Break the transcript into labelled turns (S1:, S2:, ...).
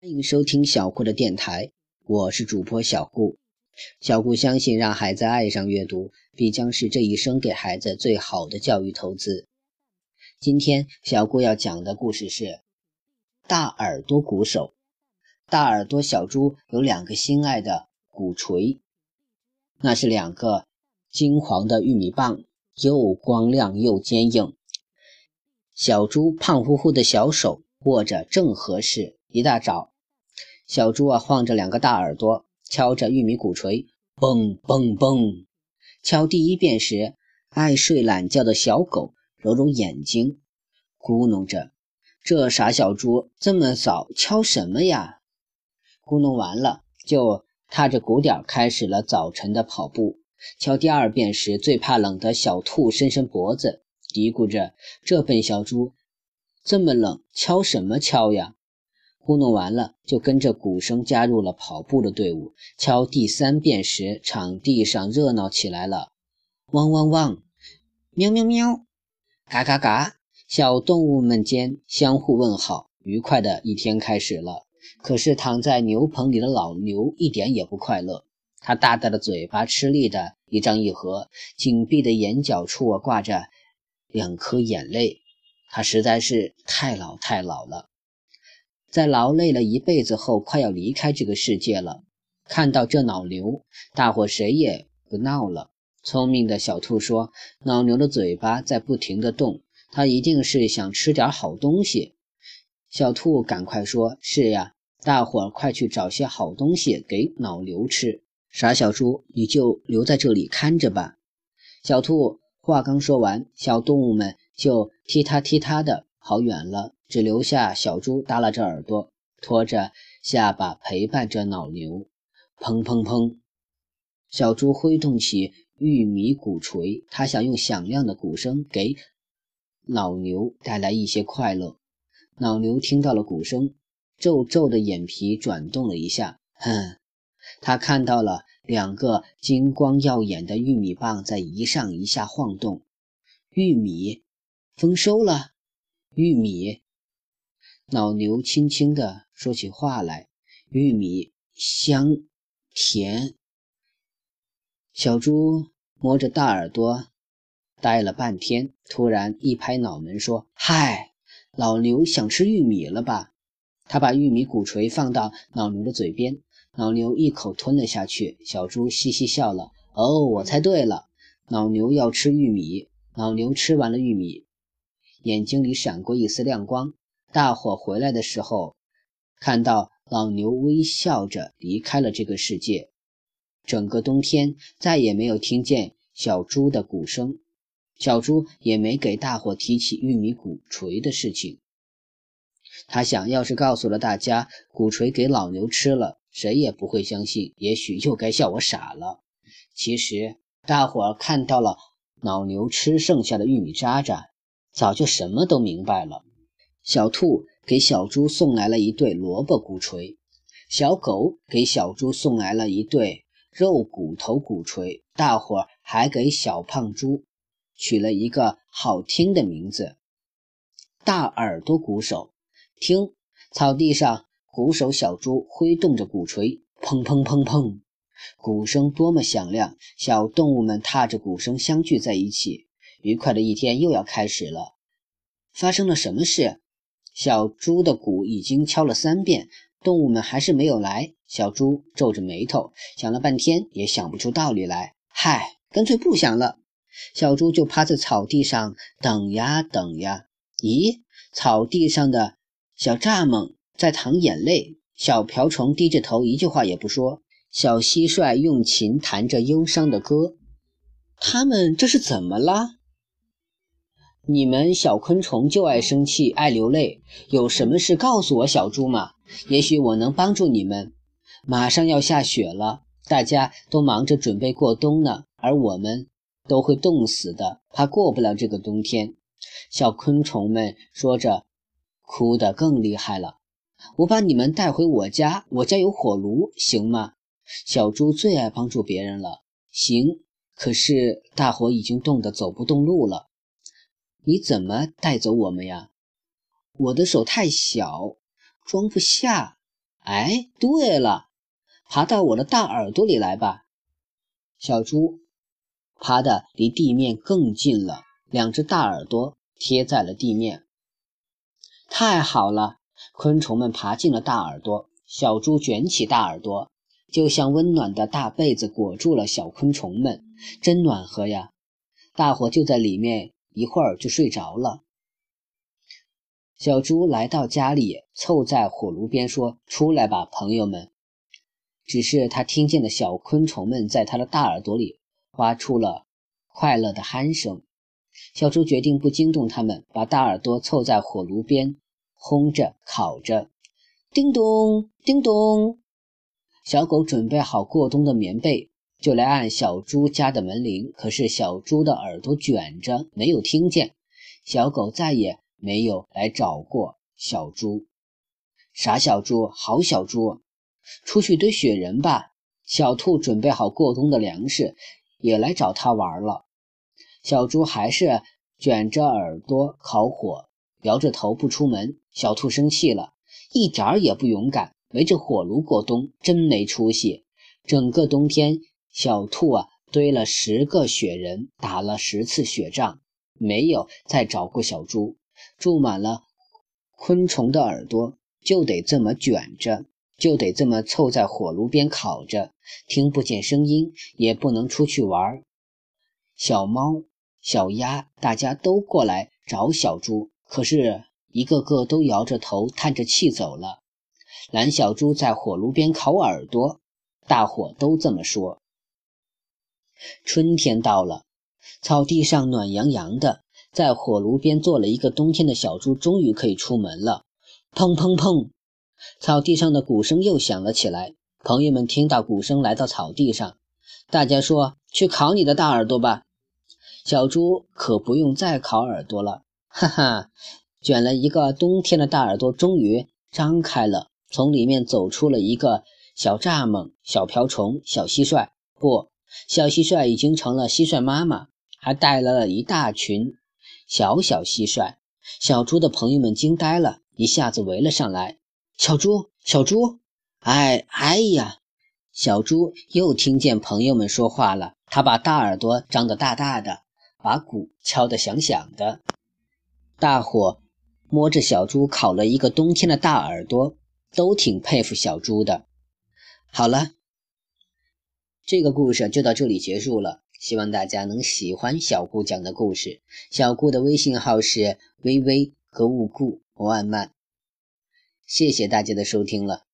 S1: 欢迎收听小顾的电台，我是主播小顾。小顾相信让孩子爱上阅读，必将是这一生给孩子最好的教育投资。今天小顾要讲的故事是大耳朵鼓手。大耳朵小猪有两个心爱的鼓槌，那是两个金黄的玉米棒，又光亮又坚硬。小猪胖乎乎的小手握着正合适。一大早，小猪晃着两个大耳朵，敲着玉米鼓槌，蹦蹦蹦。敲第一遍时，爱睡懒觉的小狗揉揉眼睛，咕哝着：“这傻小猪这么早敲什么呀？”咕哝完了，就踏着鼓点开始了早晨的跑步。敲第二遍时，最怕冷的小兔伸伸脖子，嘀咕着：“这笨小猪这么冷，敲什么敲呀？”咕哝完了，就跟着鼓声加入了跑步的队伍。敲第三遍时，场地上热闹起来了。汪汪汪，喵喵喵，嘎嘎嘎，小动物们间相互问好，愉快的一天开始了。可是躺在牛棚里的老牛一点也不快乐，他大大的嘴巴吃力的一张一合，紧闭的眼角处挂着两颗眼泪。他实在是太老了，在劳累了一辈子后，快要离开这个世界了。看到这老牛，大伙谁也不闹了。聪明的小兔说：“老牛的嘴巴在不停地动，它一定是想吃点好东西。”小兔赶快说：“是呀，大伙快去找些好东西给老牛吃。傻小猪，你就留在这里看着吧。”小兔话刚说完，小动物们就踢踏踢踏的跑远了，只留下小猪耷拉着耳朵，拖着下巴陪伴着老牛。砰砰砰，小猪挥动起玉米鼓槌，他想用响亮的鼓声给老牛带来一些快乐。老牛听到了鼓声，皱皱的眼皮转动了一下，他看到了两个金光耀眼的玉米棒在一上一下晃动。玉米丰收了，玉米。老牛轻轻地说起话来，玉米香甜。小猪摸着大耳朵呆了半天，突然一拍脑门说：“嗨，老牛想吃玉米了吧？”他把玉米鼓槌放到老牛的嘴边，老牛一口吞了下去。小猪嘻嘻笑了：“哦，我猜对了，老牛要吃玉米。”老牛吃完了玉米，眼睛里闪过一丝亮光。大伙回来的时候，看到老牛微笑着离开了这个世界。整个冬天再也没有听见小猪的鼓声，小猪也没给大伙提起玉米鼓槌的事情。他想，要是告诉了大家鼓槌给老牛吃了，谁也不会相信，也许又该笑我傻了。其实大伙看到了老牛吃剩下的玉米渣渣，早就什么都明白了。小兔给小猪送来了一对萝卜鼓槌，小狗给小猪送来了一对肉骨头鼓槌，大伙还给小胖猪取了一个好听的名字——大耳朵鼓手。听，草地上鼓手小猪挥动着鼓槌，砰砰砰砰，鼓声多么响亮！小动物们踏着鼓声相聚在一起，愉快的一天又要开始了。发生了什么事？小猪的鼓已经敲了3遍，动物们还是没有来。小猪皱着眉头，想了半天也想不出道理来。嗨，干脆不想了。小猪就趴在草地上等呀等呀。咦，草地上的小蚱蜢在淌眼泪，小瓢虫低着头一句话也不说，小蟋蟀用琴弹着忧伤的歌。他们这是怎么了？你们小昆虫就爱生气，爱流泪，有什么事告诉我小猪嘛，也许我能帮助你们。马上要下雪了，大家都忙着准备过冬呢，而我们都会冻死的，怕过不了这个冬天。小昆虫们说着，哭得更厉害了。我把你们带回我家，我家有火炉，行吗？小猪最爱帮助别人了。行，可是大伙已经冻得走不动路了。你怎么带走我们呀？我的手太小，装不下。 哎，对了，爬到我的大耳朵里来吧。小猪爬得离地面更近了，两只大耳朵贴在了地面。太好了，昆虫们爬进了大耳朵，小猪卷起大耳朵，就像温暖的大被子裹住了小昆虫们，真暖和呀。大伙就在里面一会儿就睡着了。小猪来到家里，凑在火炉边说：出来吧，朋友们。只是他听见了小昆虫们在他的大耳朵里发出了快乐的鼾声。小猪决定不惊动他们，把大耳朵凑在火炉边烘着烤着。叮咚叮咚，小狗准备好过冬的棉被，就来按小猪家的门铃，可是小猪的耳朵卷着，没有听见。小狗再也没有来找过小猪。傻小猪，好小猪，出去堆雪人吧。小兔准备好过冬的粮食，也来找他玩了。小猪还是卷着耳朵烤火，摇着头不出门。小兔生气了，一点儿也不勇敢，围着火炉过冬，真没出息。整个冬天，小兔堆了10个雪人，打了10次雪仗，没有再找过小猪。住满了昆虫的耳朵，就得这么卷着，就得这么凑在火炉边烤着，听不见声音，也不能出去玩。小猫小鸭大家都过来找小猪，可是一个个都摇着头叹着气走了。懒小猪在火炉边烤耳朵，大伙都这么说。春天到了，草地上暖洋洋的，在火炉边坐了一个冬天的小猪终于可以出门了。砰砰砰，草地上的鼓声又响了起来。朋友们听到鼓声来到草地上，大家说：去烤你的大耳朵吧。小猪可不用再烤耳朵了，哈哈，卷了一个冬天的大耳朵终于张开了，从里面走出了一个小蚱蜢、小瓢虫、小蟋蟀。不，小蟋蟀已经成了蟋蟀妈妈，还带来了一大群小小蟋蟀。小猪的朋友们惊呆了，一下子围了上来。小猪，小猪，哎呀！小猪又听见朋友们说话了，他把大耳朵张得大大的，把鼓敲得响响的。大伙摸着小猪烤了一个冬天的大耳朵，都挺佩服小猪的。好了，这个故事就到这里结束了，希望大家能喜欢小顾讲的故事。小顾的微信号是微微和物顾慢慢。谢谢大家的收听了。